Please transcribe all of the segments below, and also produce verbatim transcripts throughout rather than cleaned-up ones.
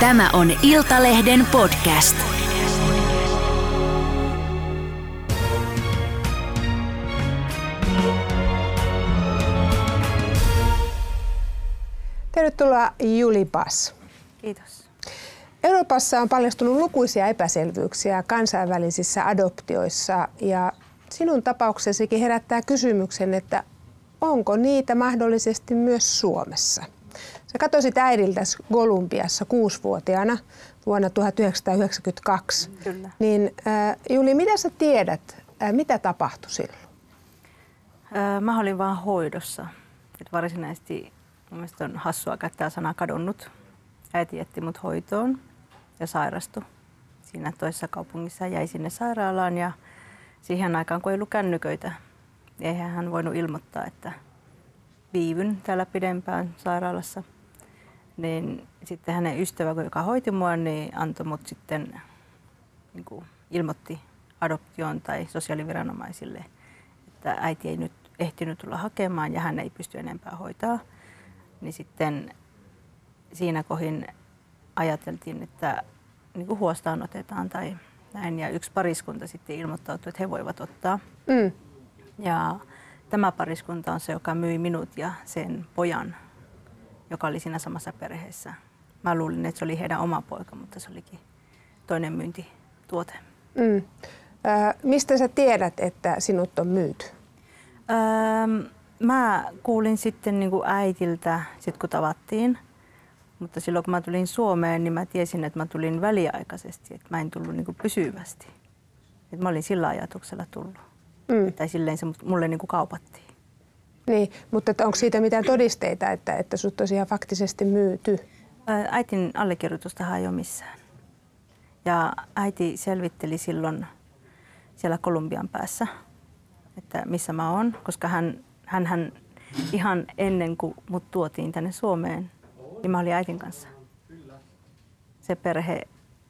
Tämä on Iltalehden podcast. Tervetuloa Juli Pass. Kiitos. Euroopassa on paljastunut lukuisia epäselvyyksiä kansainvälisissä adoptioissa ja sinun tapauksesikin herättää kysymyksen, että onko niitä mahdollisesti myös Suomessa? Sä katosit äidiltäsi Kolumbiassa kuusivuotiaana vuonna tuhatyhdeksänsataayhdeksänkymmentäkaksi. Kyllä. Niin äh, Juli, mitä sä tiedät, äh, mitä tapahtui silloin? Öö, mä olin vaan hoidossa. Et varsinaisesti mun mielestä on hassua käyttää sanaa kadonnut. Äiti jätti mut hoitoon ja sairastui. Siinä toisessa kaupungissa jäi sinne sairaalaan ja siihen aikaan kun ei ollut kännyköitä, eihän hän voinut ilmoittaa, että viivyn täällä pidempään sairaalassa. Niin sitten hänen ystävä, joka hoiti mua, niin antoi mut sitten niin kuin ilmoitti adoptioon tai sosiaaliviranomaisille, että äiti ei nyt ehtinyt tulla hakemaan ja hän ei pysty enempää hoitaa. Niin sitten siinä kohin ajateltiin, että niin kuin huostaan otetaan tai näin. Ja yksi pariskunta sitten ilmoittautui, että he voivat ottaa. Mm. Ja tämä pariskunta on se, joka myi minut ja sen pojan, joka oli siinä samassa perheessä. Mä luulin, että se oli heidän oma poika, mutta se olikin toinen myyntituote. Mm. Äh, mistä sä tiedät, että sinut on myyty? Öö, mä kuulin sitten niin kuin äitiltä, sit kun tavattiin. Mutta silloin kun mä tulin Suomeen, niin mä tiesin, että mä tulin väliaikaisesti, että mä en tullut niin kuin pysyvästi. Että mä olin sillä ajatuksella tullut. Mm. Tai silleen se mulle niin kuin kaupattiin. Niin, mutta onko siitä mitään todisteita, että, että sut tosiaan faktisesti myyty? Äitin allekirjoitustahan ei ole missään. Ja äiti selvitteli silloin siellä Kolumbian päässä, että missä mä oon, koska hän, hän, hän ihan ennen kuin mut tuotiin tänne Suomeen, niin mä olin äitin kanssa. Se perhe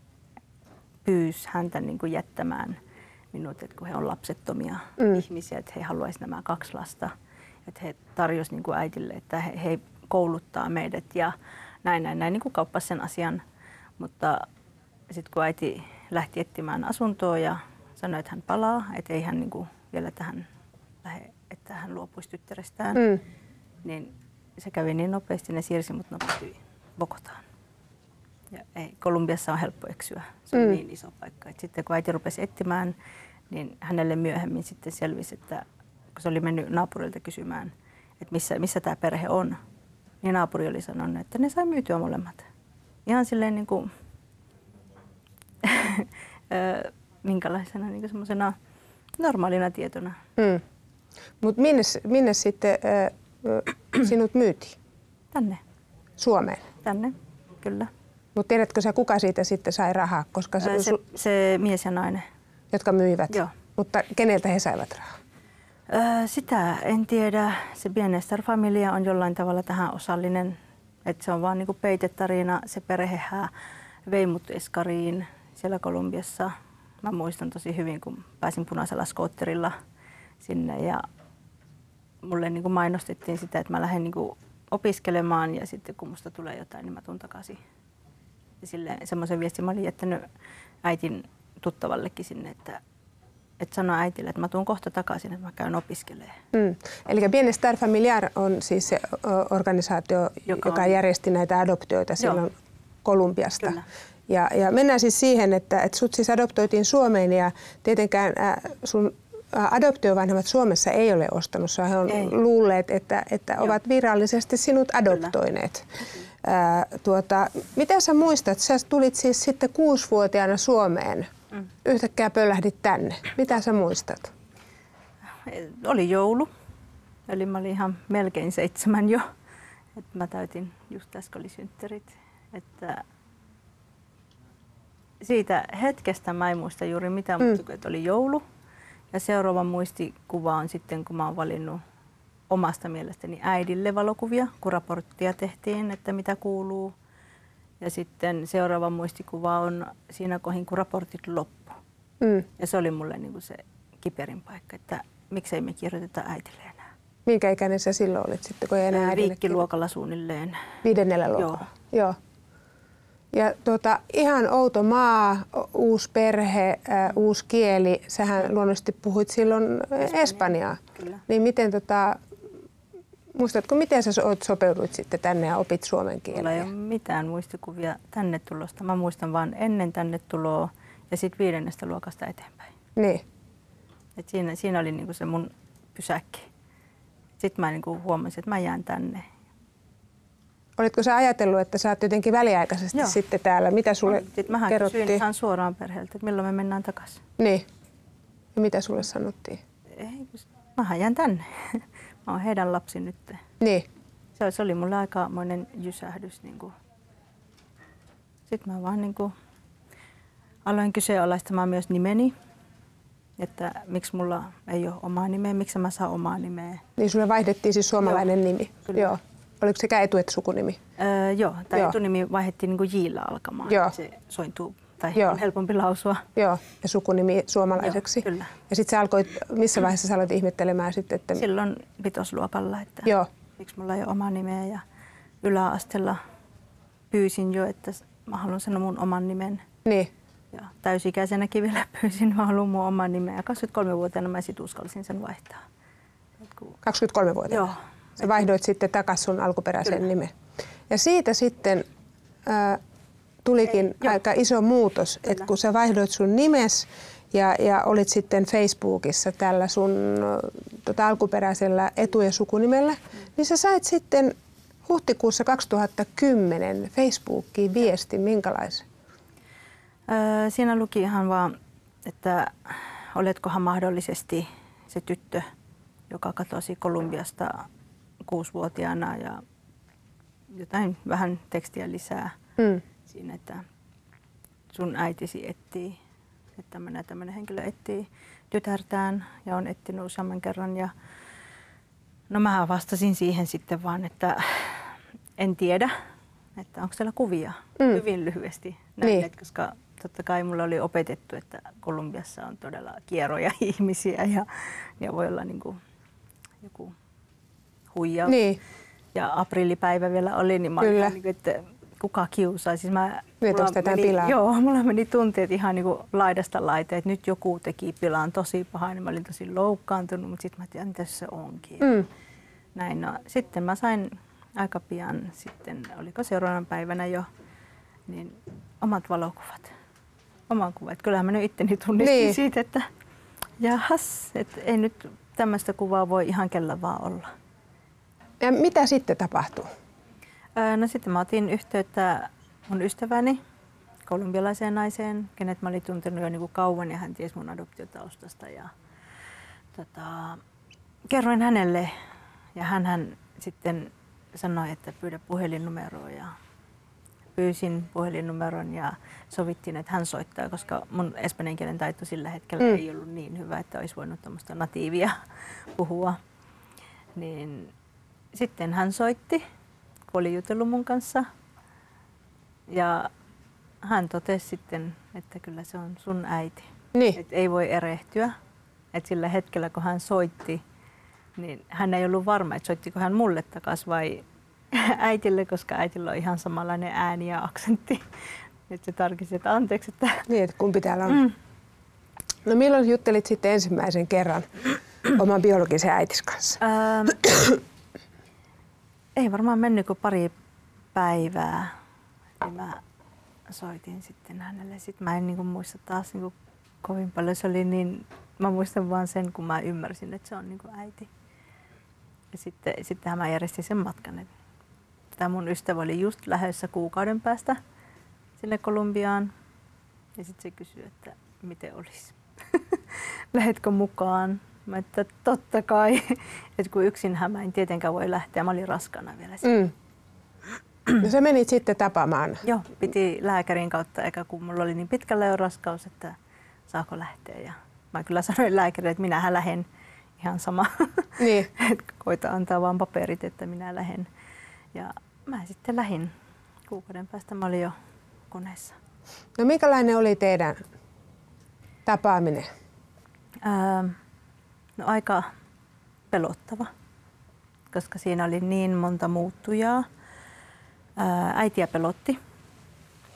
pyysi häntä niin kuin jättämään minut, että kun he on lapsettomia mm. ihmisiä, että he haluaisivat nämä kaksi lasta. Että he tarjosivat niin kuin äitille, että he, he kouluttaa meidät ja näin, näin, näin, niin kuin kauppasi sen asian. Mutta sitten kun äiti lähti etsimään asuntoa ja sanoi, että hän palaa, että ei hän niin kuin vielä tähän lähde, että hän luopuisi tyttärestään, mm. niin se kävi niin nopeasti, ne siirsi mut nopeasti Bogotaan. Ja ei, Kolumbiassa on helppo eksyä, se on mm. niin iso paikka. Et sitten kun äiti rupesi etsimään, niin hänelle myöhemmin sitten selvisi, että kun se oli mennyt naapurilta kysymään, että missä, missä tämä perhe on, niin naapuri oli sanonut, että ne sai myytyä molemmat. Ihan silleen niin kuin, minkälaisena niin kuin semmoisena normaalina tietona. Mm. Mutta minne, minne sitten äh, sinut myytiin? Tänne. Suomeen? Tänne, kyllä. Mutta tiedätkö sä, kuka siitä sitten sai rahaa? Koska se, se, se mies ja nainen. Jotka myivät? Joo. Mutta keneltä he saivat rahaa? Öö, sitä en tiedä. Se Bienester-familia on jollain tavalla tähän osallinen. Et se on vaan niinku peitetarina. Se perhehän vei mut Eskariin siellä Kolumbiassa. Mä muistan tosi hyvin, kun pääsin punaisella skootterilla sinne. Ja mulle niinku mainostettiin sitä, että mä lähden niinku opiskelemaan ja sitten kun musta tulee jotain, niin mä tuun takaisin. Ja silleen semmoisen viestin mä olin jättänyt äitin tuttavallekin sinne, että että sanoi äitille, että mä tuun kohta takaisin, että mä käyn opiskelemaan. Mm. Eli Bienester Familiar on siis se organisaatio, joka, joka järjesti näitä adoptioita silloin Joo. Kolumbiasta. Kyllä. Ja, ja mennään siis siihen, että, että sut siis adoptoitiin Suomeen ja tietenkään äh, sun adoptiovanhemmat Suomessa ei ole ostanut. He on ei. luulleet, että, että ovat virallisesti sinut adoptoineet. Ää, tuota, mitä sä muistat? Sä tulit siis sitten kuusivuotiaana Suomeen. Mm. Yhtäkkiä pöllähdit tänne. Mitä sä muistat? Oli joulu. Eli mä olin ihan melkein seitsemän jo. Et mä täytin just äsken oli synttärit. Että siitä hetkestä mä en muista juuri mitään, mm. mutta että oli joulu. Ja seuraava muistikuva on sitten, kun mä oon valinnut omasta mielestäni äidille valokuvia, kun raporttia tehtiin, että mitä kuuluu. Ja sitten seuraava muistikuva on siinä kohin, kun raportit loppu. Mm. Ja se oli mulle niin kuin se kiperin paikka, että miksei me kirjoiteta äitille enää. Minkä ikäinen sä silloin olit sitten, kun ei enää äidille Viikkiluokalla suunnilleen. Viidennellä luokalla? Joo. Joo. Ja tota, ihan outo maa, uusi perhe, ää, uusi kieli. Sähän luonnollisesti puhuit silloin Espanja. Espanjaa. Kyllä. Niin miten, tota, muistatko, miten sä sopeuduit sitten tänne ja opit suomen kielen? Mulla ei ole mitään muistikuvia tänne tulosta. Mä muistan vaan ennen tänne tuloa ja sitten viidennestä luokasta eteenpäin. Niin. Et siinä, siinä oli niinku se mun pysäkki. Sitten mä niinku huomasin, että mä jään tänne. Olitko sä ajatellut, että sä oot jotenkin väliaikaisesti Joo. sitten täällä? Mitä sulle Sitten mähän kerrottiin? kysyin ihan suoraan perheeltä, että milloin me mennään takaisin. Niin. Ja mitä sulle sanottiin? Ei, mähän jään tänne. Mä oon heidän lapsi nyt. Niin. Se, se oli mulle aikamoinen jysähdys. Niin kuin. Sitten mä vaan niin kuin aloin kyseenalaistamaan myös nimeni. Että miksi mulla ei ole omaa nimeä, miksi mä saan omaa nimeä. Niin sulle vaihdettiin siis suomalainen Joo, nimi? kyllä. Joo. Oliko sekä etu- että sukunimi? Öö, joo, tai Joo. etunimi vaihdettiin niin kuin Jillä alkamaan. Joo. Se sointuu, tai Joo. on helpompi lausua. Joo, ja sukunimi suomalaiseksi. Joo, kyllä. Ja sitten sä alkoit, missä vaiheessa sä aloit ihmettelemään sitten, että... Silloin vitosluokalla, että Joo. miksi mulla ei ole omaa nimeä. Ja yläasteella pyysin jo, että mä haluan sanoa mun oman nimen. Niin. Ja täysikäisenäkin vielä pyysin, mä haluan mun oman nimen. Ja kaksikymmentäkolmevuotiaana mä sit uskalsin sen vaihtaa. kaksikymmentäkolme-vuotiaana? Joo. Sä vaihdoit sitten takaisin sun alkuperäisen Kyllä. nimen. Ja siitä sitten äh, tulikin Ei, joo. aika iso muutos, että kun sä vaihdoit sun nimes ja, ja olit sitten Facebookissa tällä sun tota, alkuperäisellä etu- ja sukunimellä, mm. niin sä sait sitten huhtikuussa kaksituhattakymmenen Facebookiin viestin, minkälaisen? Öö, siinä luki ihan vaan, että oletkohan mahdollisesti se tyttö, joka katosi Kolumbiasta kuusivuotiaana ja jotain vähän tekstiä lisää Mm. siinä, että sun äitisi etsii, että tämmöinen, tämmöinen henkilö etsii tytärtään ja on etsinyt useamman kerran. Ja no mä vastasin siihen sitten vaan, että en tiedä, että onko siellä kuvia, Mm. hyvin lyhyesti näin, Niin. että koska totta kai mulla oli opetettu, että Kolumbiassa on todella kieroja ihmisiä ja, ja voi olla niin kuin joku huijaus. Niin. Ja aprillipäivä vielä oli, niin mä olin Kyllä. ihan niin kuin, että kuka kiusaa. Siis mä, Nyt mulla ostetaan meni, pilaa. joo, mulla meni tunteet ihan niin kuin laidasta laiteen, että nyt joku teki pilaan tosi pahaa, niin mä olin tosi loukkaantunut, mutta sitten mä ajattelin, mitä se onkin. Mm. Näin, no, sitten mä sain aika pian, sitten oliko seuraavana päivänä jo, niin omat valokuvat. Oman kuvat. Kyllähän mä nyt itteni tunnistin Niin. siitä, että jahas, että ei nyt tämmöistä kuvaa voi ihan kellä vaan olla. Ja mitä sitten tapahtuu? Öö, no sitten mä otin yhteyttä mun ystäväni, kolumbialaiseen naiseen, kenet mä olin tuntenut jo niin kuin kauan ja hän tiesi mun adoptiotaustasta. Ja, tota, kerroin hänelle ja hän, hän sitten sanoi, että pyydä puhelinnumeroa ja pyysin puhelinnumeron ja sovittiin, että hän soittaa, koska mun espanjan kielen taito sillä hetkellä Mm. ei ollut niin hyvä, että olisi voinut tämmöistä natiivia puhua. Niin sitten hän soitti, kun oli jutellut mun kanssa ja hän totesi sitten, että kyllä se on sun äiti. Niin. Et ei voi erehtyä. Et sillä hetkellä, kun hän soitti, niin hän ei ollut varma, että soittiko hän mulle takaisin vai äitille, koska äitillä on ihan samanlainen ääni ja aksentti. Nyt se tarkisti, että anteeksi, että... Niin, että kumpi täällä on. Mm. No milloin juttelit sitten ensimmäisen kerran oman biologisen äitis kanssa? Ähm, ei varmaan mennyt kuin pari päivää, niin mä soitin sitten hänelle. Sitten mä en niin kuin muista taas niin kuin kovin paljon. Se oli niin, mä muistan vaan sen, kun mä ymmärsin, että se on niin kuin äiti. Ja sitten, sittenhän mä järjestin sen matkan. Tämä mun ystävä oli just lähdössä kuukauden päästä sinne Kolumbiaan. Ja sitten se kysyi, että miten olisi. Lähetkö mukaan? Mä että totta kai. Et kun yksinhän mä en tietenkään voi lähteä. Mä olin raskaana vielä. Mm. No sä menit sitten tapaamaan. Joo, piti lääkärin kautta, eikä kun mulla oli niin pitkällä jo raskaus, että saako lähteä. Ja mä kyllä sanoin lääkärille, että minähän lähden ihan sama. Niin. Et koita antaa vaan paperit, että minä lähden. Ja mä sitten lähdin. Kuukauden päästä mä olin jo koneessa. No minkälainen oli teidän tapaaminen? Öö, no aika pelottava, koska siinä oli niin monta muuttujaa. Ää, äitiä pelotti.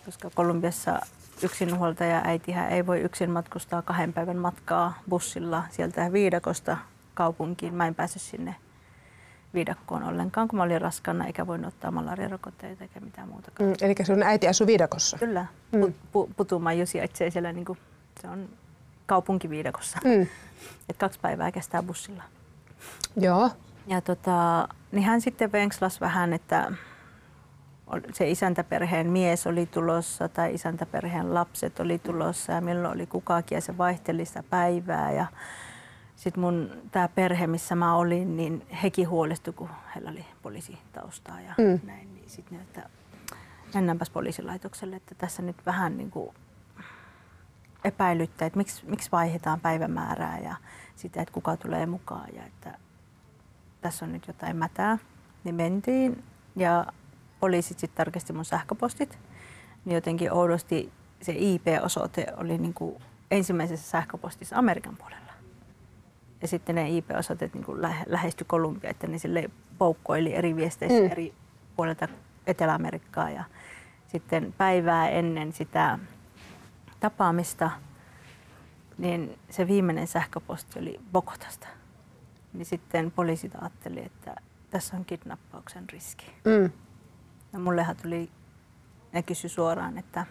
koska Kolumbiassa yksinhuoltaja äitihän ei voi yksin matkustaa kahden päivän matkaa bussilla sieltä viidakosta kaupunkiin. Mä en päässyt sinne viidakkoon ollenkaan, kun mä olin raskaana, eikä voinut ottaa malariarokotteita eikä mitään muuta. Mm, eli sun äiti asui viidakossa? Kyllä. Mm. Putumaiju sijaitsee siellä, niin kuin, se on kaupunkiviidakossa. Mm. Et kaksi päivää kestää bussilla. Joo. Ja tota, niin hän sitten venkslas vähän, että se isäntäperheen mies oli tulossa tai isäntäperheen lapset oli tulossa ja milloin oli kukakin ja se vaihteli sitä päivää. Ja sitten mun tämä perhe, missä mä olin, niin hekin huolestui, kun heillä oli poliisitaustaa ja mm. näin. Niin sitten että mennäänpäs poliisilaitokselle, että tässä nyt vähän niin kuin epäilyttää, että miksi, miksi vaihdetaan päivämäärää ja sitä, että kuka tulee mukaan ja että tässä on nyt jotain mätää. Niin mentiin ja poliisit sitten tarkisti mun sähköpostit. Niin jotenkin oudosti se I P-osoite oli niin kuin ensimmäisessä sähköpostissa Amerikan puolella. Ja sitten ne I P-osoitteet niin kuin lähestyi Kolumbia, että ne sille poukkoili eri viesteissä mm. eri puolelta Etelä-Amerikkaa. Ja sitten päivää ennen sitä tapaamista, niin se viimeinen sähköposti oli Bogotasta. Niin sitten poliisit ajatteli, että tässä on kidnappauksen riski. Mm. Ja mullehan tuli, ne kysyi suoraan, että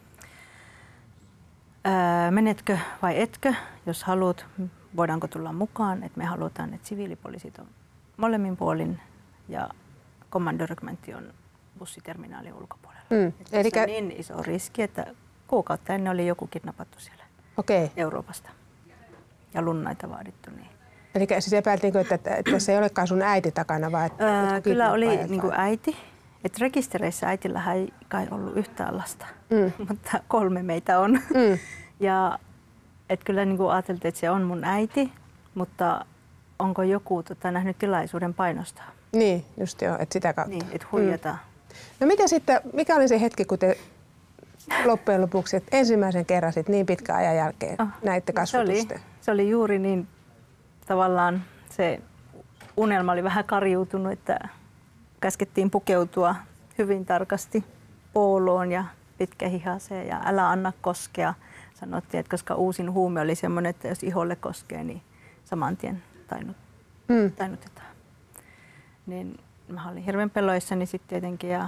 ää, menetkö vai etkö, jos haluat, voidaanko tulla mukaan, että me halutaan, että siviilipoliisit on molemmin puolin ja kommandorykmentti on bussiterminaalin ulkopuolella. Mm. Eli se on niin iso riski, että kuukautta ennen oli joku kidnappattu siellä okay. Euroopasta ja lunnaita vaadittu. Niin. Eli siis epäiltiinkö, että, että se ei olekaan sun äiti takana, vaan että öö, kyllä oli niin kuin äiti. Et rekistereissä äitillähän ei kai ollut yhtään lasta, mm. mutta kolme meitä on. Mm. Ja et kyllä niin kuin ajateltiin, että se on mun äiti, mutta onko joku tota, nähnyt tilaisuuden painostaa? Niin, just joo, että sitä kautta. Niin, että huijata. Mm. No mitä sitten, mikä oli se hetki, kun te loppujen lopuksi että ensimmäisen kerran sit niin pitkän ajan jälkeen oh, näitte kasvatusten? Se oli, se oli juuri niin, tavallaan se unelma oli vähän karjuutunut, että käskettiin pukeutua hyvin tarkasti pooloon ja pitkähihaseen ja älä anna koskea. Sanottiin, että koska uusin huume oli semmoinen, että jos iholle koskee, niin saman tien tainut, mm. tainnutetaan. Niin mä olin hirveän peloissani sitten tietenkin ja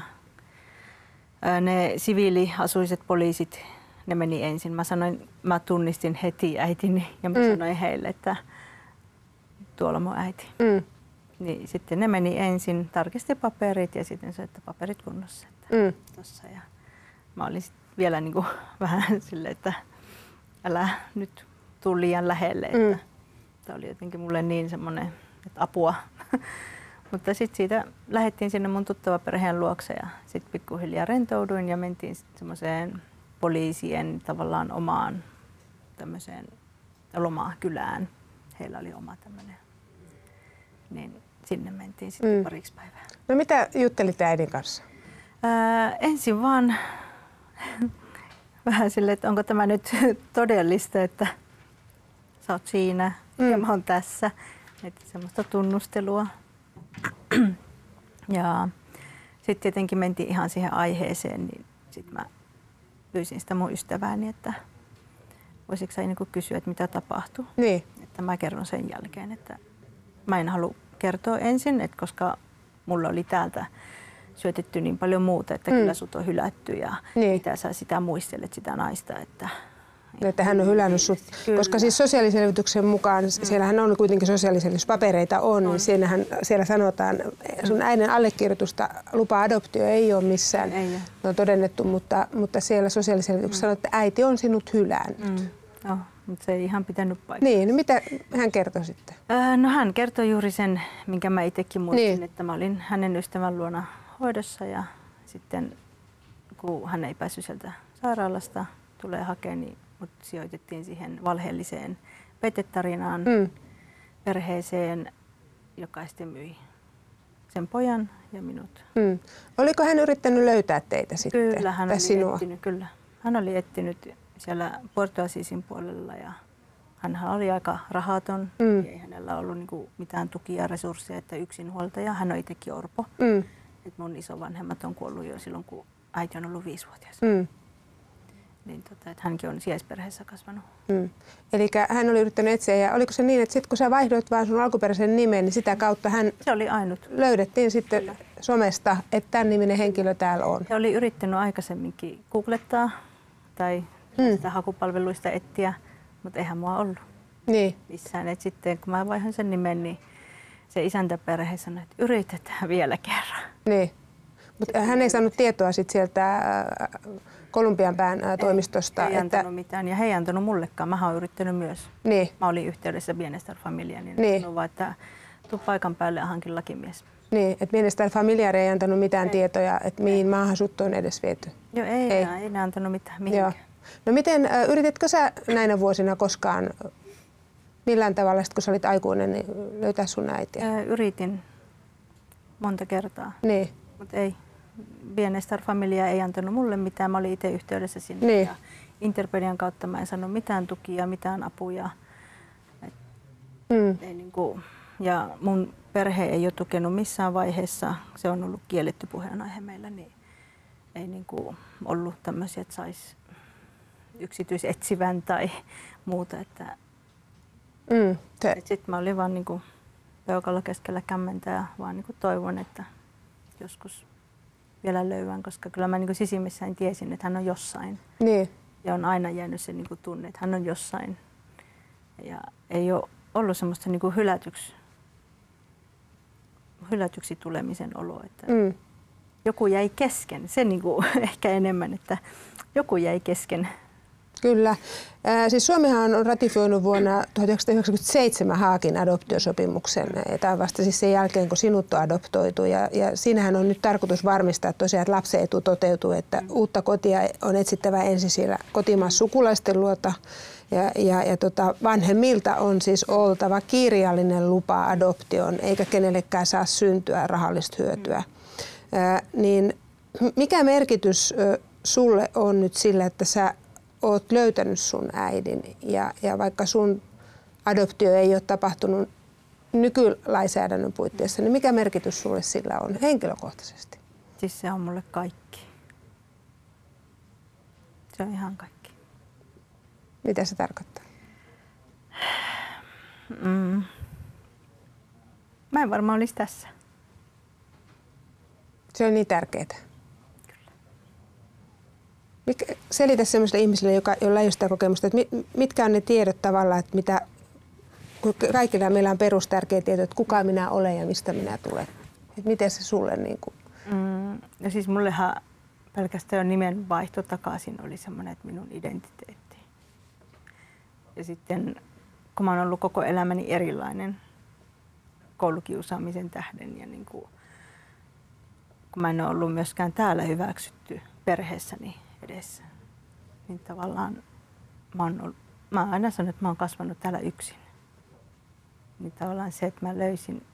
ne siviiliasuiset poliisit, ne meni ensin. Mä sanoin, mä tunnistin heti äitini ja mä mm. sanoin heille, että tuolla on mun äiti. Mm. Niin sitten ne meni ensin, tarkisti paperit ja sitten se, että paperit kunnossa. Että mm. tossa. Ja mä olin vielä niin kuin vähän silleen, että älä nyt tuu liian lähelle. Mm. Että tämä oli jotenkin mulle niin semmoinen, että apua. Mutta sitten siitä lähdettiin sinne mun tuttavaperheen luokse ja sitten pikkuhiljaa rentouduin ja mentiin semmoiseen poliisien tavallaan omaan tämmöiseen lomakylään. Heillä oli oma tämmöinen. Niin sinne mentiin sitten mm. pariksi päivää. No mitä juttelitte äidin kanssa? Ää, ensin vaan vähän silleen, että onko tämä nyt todellista, että sä oot siinä mm. ja mä oon tässä. Että semmoista tunnustelua. Ja sitten tietenkin mentiin ihan siihen aiheeseen, niin sitten mä pyysin sitä mun ystävääni, että voisitko sä niin kysyä, että mitä tapahtui. Niin. Että mä kerron sen jälkeen, että mä en halua kertoa ensin, että koska mulla oli täältä syötetty niin paljon muuta, että mm. kyllä sut on hylätty ja niin. mitä sä sitä muistelet sitä naista. Että, että hän on hylännyt sut. Kyllä. Koska siis sosiaaliselvityksen mukaan, mm. siellähän on kuitenkin sosiaaliselvityspapereita on, on. Niin siinähän, siellä sanotaan, sun äidin allekirjoitusta lupa-adoptio ei ole missään ei ole. Ne on todennettu, mutta, mutta siellä sosiaaliselvityksessä mm. sanoo, että äiti on sinut hylännyt. Mm. Oh, mutta se ei ihan pitänyt paikkaa. Niin, no mitä hän kertoi sitten? Öö, no hän kertoi juuri sen, minkä mä itsekin muistin, niin. että mä olin hänen ystävän luona hoidossa ja sitten kun hän ei päässyt sieltä sairaalasta tulee hakemaan, niin mut sijoitettiin siihen valheelliseen petetarinaan mm. perheeseen, joka sitten myi sen pojan ja minut. Mm. Oliko hän yrittänyt löytää teitä sitten? Kyllä, hän oli sinua? etsinyt, kyllä. Hän oli etsinyt siellä Puerto Azisin puolella ja hän oli aika rahaton, mm. ei hänellä ollut niinku mitään tukia ja resursseja, että yksinhuoltaja. Hän on itsekin orpo. Mm. Et mun isovanhemmat on kuollut jo silloin, kun äiti on ollut viisivuotias. Mm. Niin tota, että hänkin on sijaisperheessä kasvanut. Mm. Eli hän oli yrittänyt etsiä, ja oliko se niin, että sitten kun sä vaihdoit vaan sun alkuperäisen nimen, niin sitä kautta hän se oli ainut. Löydettiin sitten Kyllä. somesta, että tämän niminen henkilö täällä on. Ja oli yrittänyt aikaisemminkin googlettaa tai mm. sitä hakupalveluista etsiä, mutta eihän mua ollut niin. missään. Et sitten kun mä vaihoin sen nimen, niin se isäntäperhe sanoi, että yritetään vielä kerran. Niin. Mutta hän ei saanut tietoa sit sieltä Kolumbian pään toimistosta. Ei, ei että... antanut mitään ja he ei antanut mullekaan. Mä oon yrittänyt myös. Niin. Mä olin yhteydessä Bienestar Familiaan, niin, niin. sanoi vaan, että tuu paikan päälle ja hankin lakimies. Niin, että Bienestar Familia ei antanut mitään ei. tietoja, että mihin maahan sut on edes viety. Joo, ei, ei. Nää, ei ne antanut mitään mihinkään. Joo. No miten, yrititkö sä näinä vuosina koskaan millään tavalla, kun sä olit aikuinen, niin löytää sun äitiä? Yritin monta kertaa, niin. mutta ei. Bienestar Familia ei antanut mulle mitään. Mä olin itse yhteydessä sinne. Niin. Ja Interpedian kautta mä en saanut mitään tukia, mitään apuja. Et mm. ei niinku, ja mun perhe ei ole tukenut missään vaiheessa. Se on ollut kielletty puheenaihe meillä, niin ei niinku ollut tämmöisiä, että sais yksityisetsivän tai muuta. Että mm. Sitten mä olin vaan niinku peukalla keskellä kämmentä ja vaan niinku toivon, että joskus vielä löydän, koska kyllä mä niin sisimmissäin tiesin, että hän on jossain. Niin. Ja on aina jäänyt se niin tunne, että hän on jossain. Ja ei ole ollut semmoista niin hylätyksi, hylätyksi tulemisen oloa. Että mm. joku jäi kesken, se niin kuin, ehkä enemmän, että joku jäi kesken. Kyllä. Äh, siis Suomihan on ratifioinut vuonna tuhatyhdeksänsataayhdeksänkymmentäseitsemän Haagin adoptiosopimuksen. Tämä vasta siis sen jälkeen, kun sinut on adoptoitu. Ja, ja siinähän on nyt tarkoitus varmistaa tosiaan, että lapsen etu toteutuu, että mm. uutta kotia on etsittävä ensin siellä kotimaan sukulaisten luota. Ja, ja, ja tota, vanhemmilta on siis oltava kirjallinen lupa adoptioon, eikä kenellekään saa syntyä rahallista hyötyä. Mm. Äh, niin mikä merkitys äh, sulle on nyt sillä, että sä oot löytänyt sun äidin ja, ja vaikka sun adoptio ei ole tapahtunut nykylainsäädännön puitteissa, niin mikä merkitys sulle sillä on henkilökohtaisesti? Siis se on mulle kaikki. Se on ihan kaikki. Mitä se tarkoittaa? Mm. Mä en varmaan olisi tässä. Se on niin tärkeää. Selitä sellaiselle ihmiselle, joka, jolla ei ole sitä kokemusta, että mitkä on ne tiedot tavallaan, että mitä, kun kaikilla meillä on perustärkeä tieto, että kuka minä olen ja mistä minä tulen. Että miten se sulle niin kuin... Mm, no siis mullehan pelkästään jo nimen vaihto takaisin oli semmoinen, että minun identiteetti. Ja sitten kun mä oon ollut koko elämäni erilainen koulukiusaamisen tähden ja niin kuin, kun mä en ole ollut myöskään täällä hyväksytty perheessäni edessä, niin tavallaan mä oon, ollut, mä oon aina sanonut, että mä oon kasvanut täällä yksin. Niin tavallaan se, että mä löysin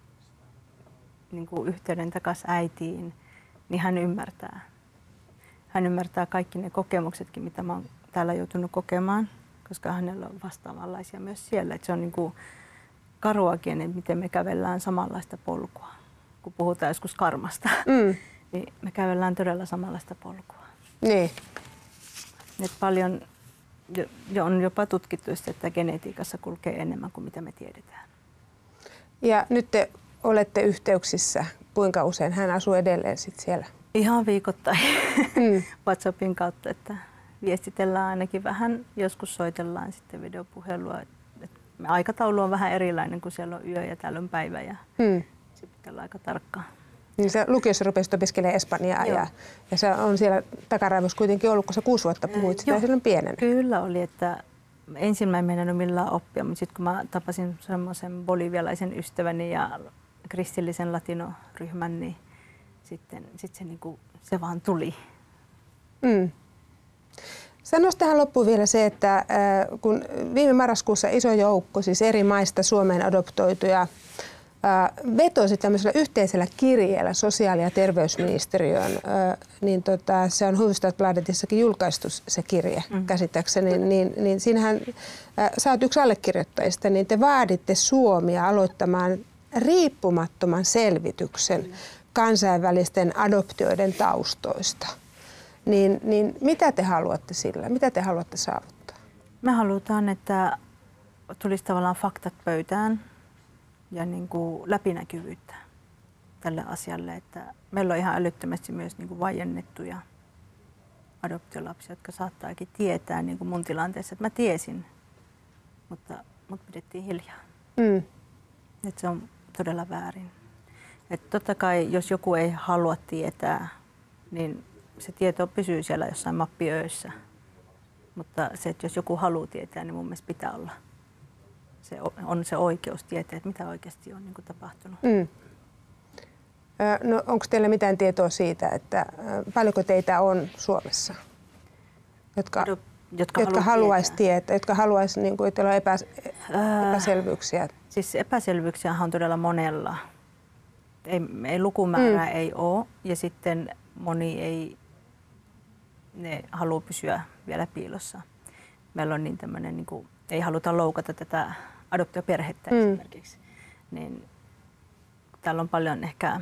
niin kuin yhteyden takaisin äitiin, niin hän ymmärtää. Hän ymmärtää kaikki ne kokemuksetkin, mitä mä oon täällä joutunut kokemaan, koska hänellä on vastaavanlaisia myös siellä. Että se on niin kuin karuakin, että miten me kävellään samanlaista polkua, kun puhutaan joskus karmasta. Mm. Niin me kävellään todella samanlaista polkua. Niin. Nyt paljon jo on jopa tutkittu, että genetiikassa kulkee enemmän kuin mitä me tiedetään. Ja nyt te olette yhteyksissä. Kuinka usein hän asuu edelleen sit siellä? Ihan viikoittain mm. WhatsAppin kautta, että viestitellään ainakin vähän. Joskus soitellaan sitten videopuhelua. Aikataulu on vähän erilainen, kun siellä on yö ja täällä on päivä ja mm. se pitää olla aika tarkkaan. Niin sä lukiossa rupesit opiskelemaan espanjaa ja, ja se on siellä takaraivossa kuitenkin ollut, kun sä kuusi vuotta puhuit sitä silloin pienenä. Kyllä oli, että ensin mä en meinannut millään oppia, mutta sitten kun mä tapasin semmoisen bolivialaisen ystäväni ja kristillisen latinoryhmän, niin sitten sit se, niinku, se vaan tuli. Mm. Sanois tähän loppuun vielä se, että äh, kun viime marraskuussa iso joukko siis eri maista Suomeen adoptoituja vetosi tämmöisellä yhteisellä kirjeellä sosiaali- ja terveysministeriöön, niin tota, se on Hufvudstadsbladetissakin julkaistu se kirje mm. käsittääkseni, niin, niin siinähän sä oot yksi allekirjoittajista, niin te vaaditte Suomea aloittamaan riippumattoman selvityksen mm. kansainvälisten adoptioiden taustoista. niin, niin mitä te haluatte sillä? Mitä te haluatte saavuttaa? Me halutaan, että tulisi tavallaan faktat pöytään ja niin kuin läpinäkyvyyttä tälle asialle. Että meillä on ihan älyttömästi myös niin kuin vaiennettuja adoptiolapsia, jotka saattaakin tietää niin kuin mun tilanteessa, että mä tiesin, mutta mut pidettiin hiljaa. Mm. Että se on todella väärin. Että totta kai, jos joku ei halua tietää, niin se tieto pysyy siellä jossain mappiöissä. Mutta se, että jos joku haluaa tietää, niin mun mielestä pitää olla. Se on se oikeus tietää, että mitä oikeasti on niin kuin tapahtunut. Mm. No, onko teillä mitään tietoa siitä, että paljonko teitä on Suomessa, jotka, no, jotka, jotka haluaisi tietää. tietää, jotka haluaisi, niin kuin, että on epä, epäselvyyksiä? Äh, siis epäselvyyksiä on todella monella. Ei, ei lukumäärää mm. ei ole ja sitten moni ei ne halua pysyä vielä piilossa. Meillä on niin tämmöinen, niin kuin, ei haluta loukata tätä adoptioperhettä mm. esimerkiksi. Niin, täällä on paljon ehkä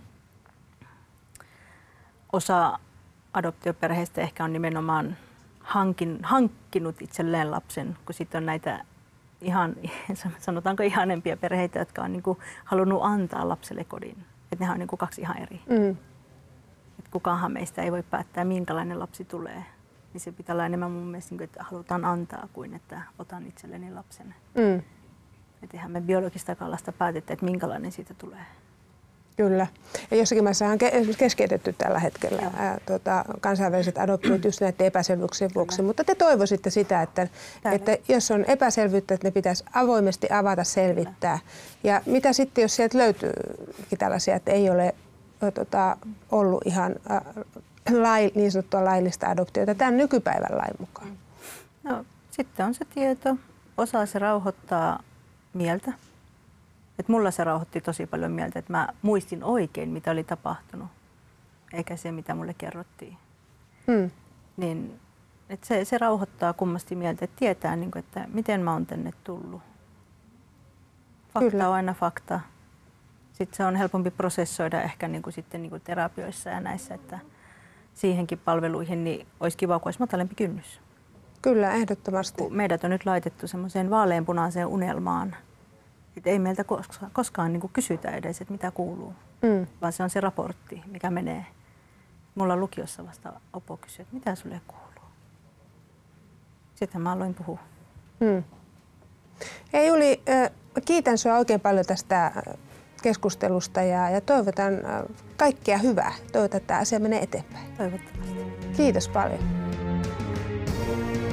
osa adoptioperheistä ehkä on nimenomaan hankin, hankkinut itselleen lapsen, kun sitten on näitä ihan, sanotaanko ihanempia perheitä, jotka on niin kuin halunnut antaa lapselle kodin. Että nehän on niin kuin kaksi ihan eri. Mm. Et kukaanhan meistä ei voi päättää, minkälainen lapsi tulee. Niin se pitää olla enemmän mun mielestä, että halutaan antaa kuin että otan itselleni lapsen. Mm. Että eihän me biologista kallasta päätetä, että minkälainen siitä tulee. Kyllä. Ja jossakin maissa on keskeytetty tällä hetkellä ää, tuota, kansainväliset adoptiot just näiden epäselvyyksien vuoksi. Kyllä. Mutta te toivoisitte sitä, että, että jos on epäselvyyttä, että ne pitäisi avoimesti avata, selvittää. Kyllä. Ja mitä sitten, jos sieltä löytyykin tällaisia, että ei ole tuota, ollut ihan ä, lai, niin sanottua laillista adoptiota tämän nykypäivän lain mukaan? No, sitten on se tieto. Osaa se rauhoittaa mieltä. Et mulla se rauhoitti tosi paljon mieltä, että mä muistin oikein, mitä oli tapahtunut, eikä se, mitä mulle kerrottiin. Hmm. Niin, et se, se rauhoittaa kummasti mieltä, että tietää, niin kuin, että miten mä oon tänne tullut. Fakta Kyllä. on aina fakta. Sitten se on helpompi prosessoida ehkä niin kuin sitten, niin kuin terapioissa ja näissä, että siihenkin palveluihin niin olisi kiva, kun olisi matalempi kynnys. Kyllä, ehdottomasti. Kun meidät on nyt laitettu semmoiseen vaaleanpunaiseen unelmaan. Että ei meiltä koskaan, koskaan niin kuin kysytä edes, että mitä kuuluu, mm. vaan se on se raportti, mikä menee. Mulla lukiossa vasta Opo kysyi, että mitä sulle kuuluu. Sitten mä aloin puhua. Mm. Hei Juli, kiitän sinua oikein paljon tästä keskustelusta ja, ja toivotan kaikkea hyvää. Toivotan, että tämä asia menee eteenpäin. Toivottavasti. Kiitos paljon.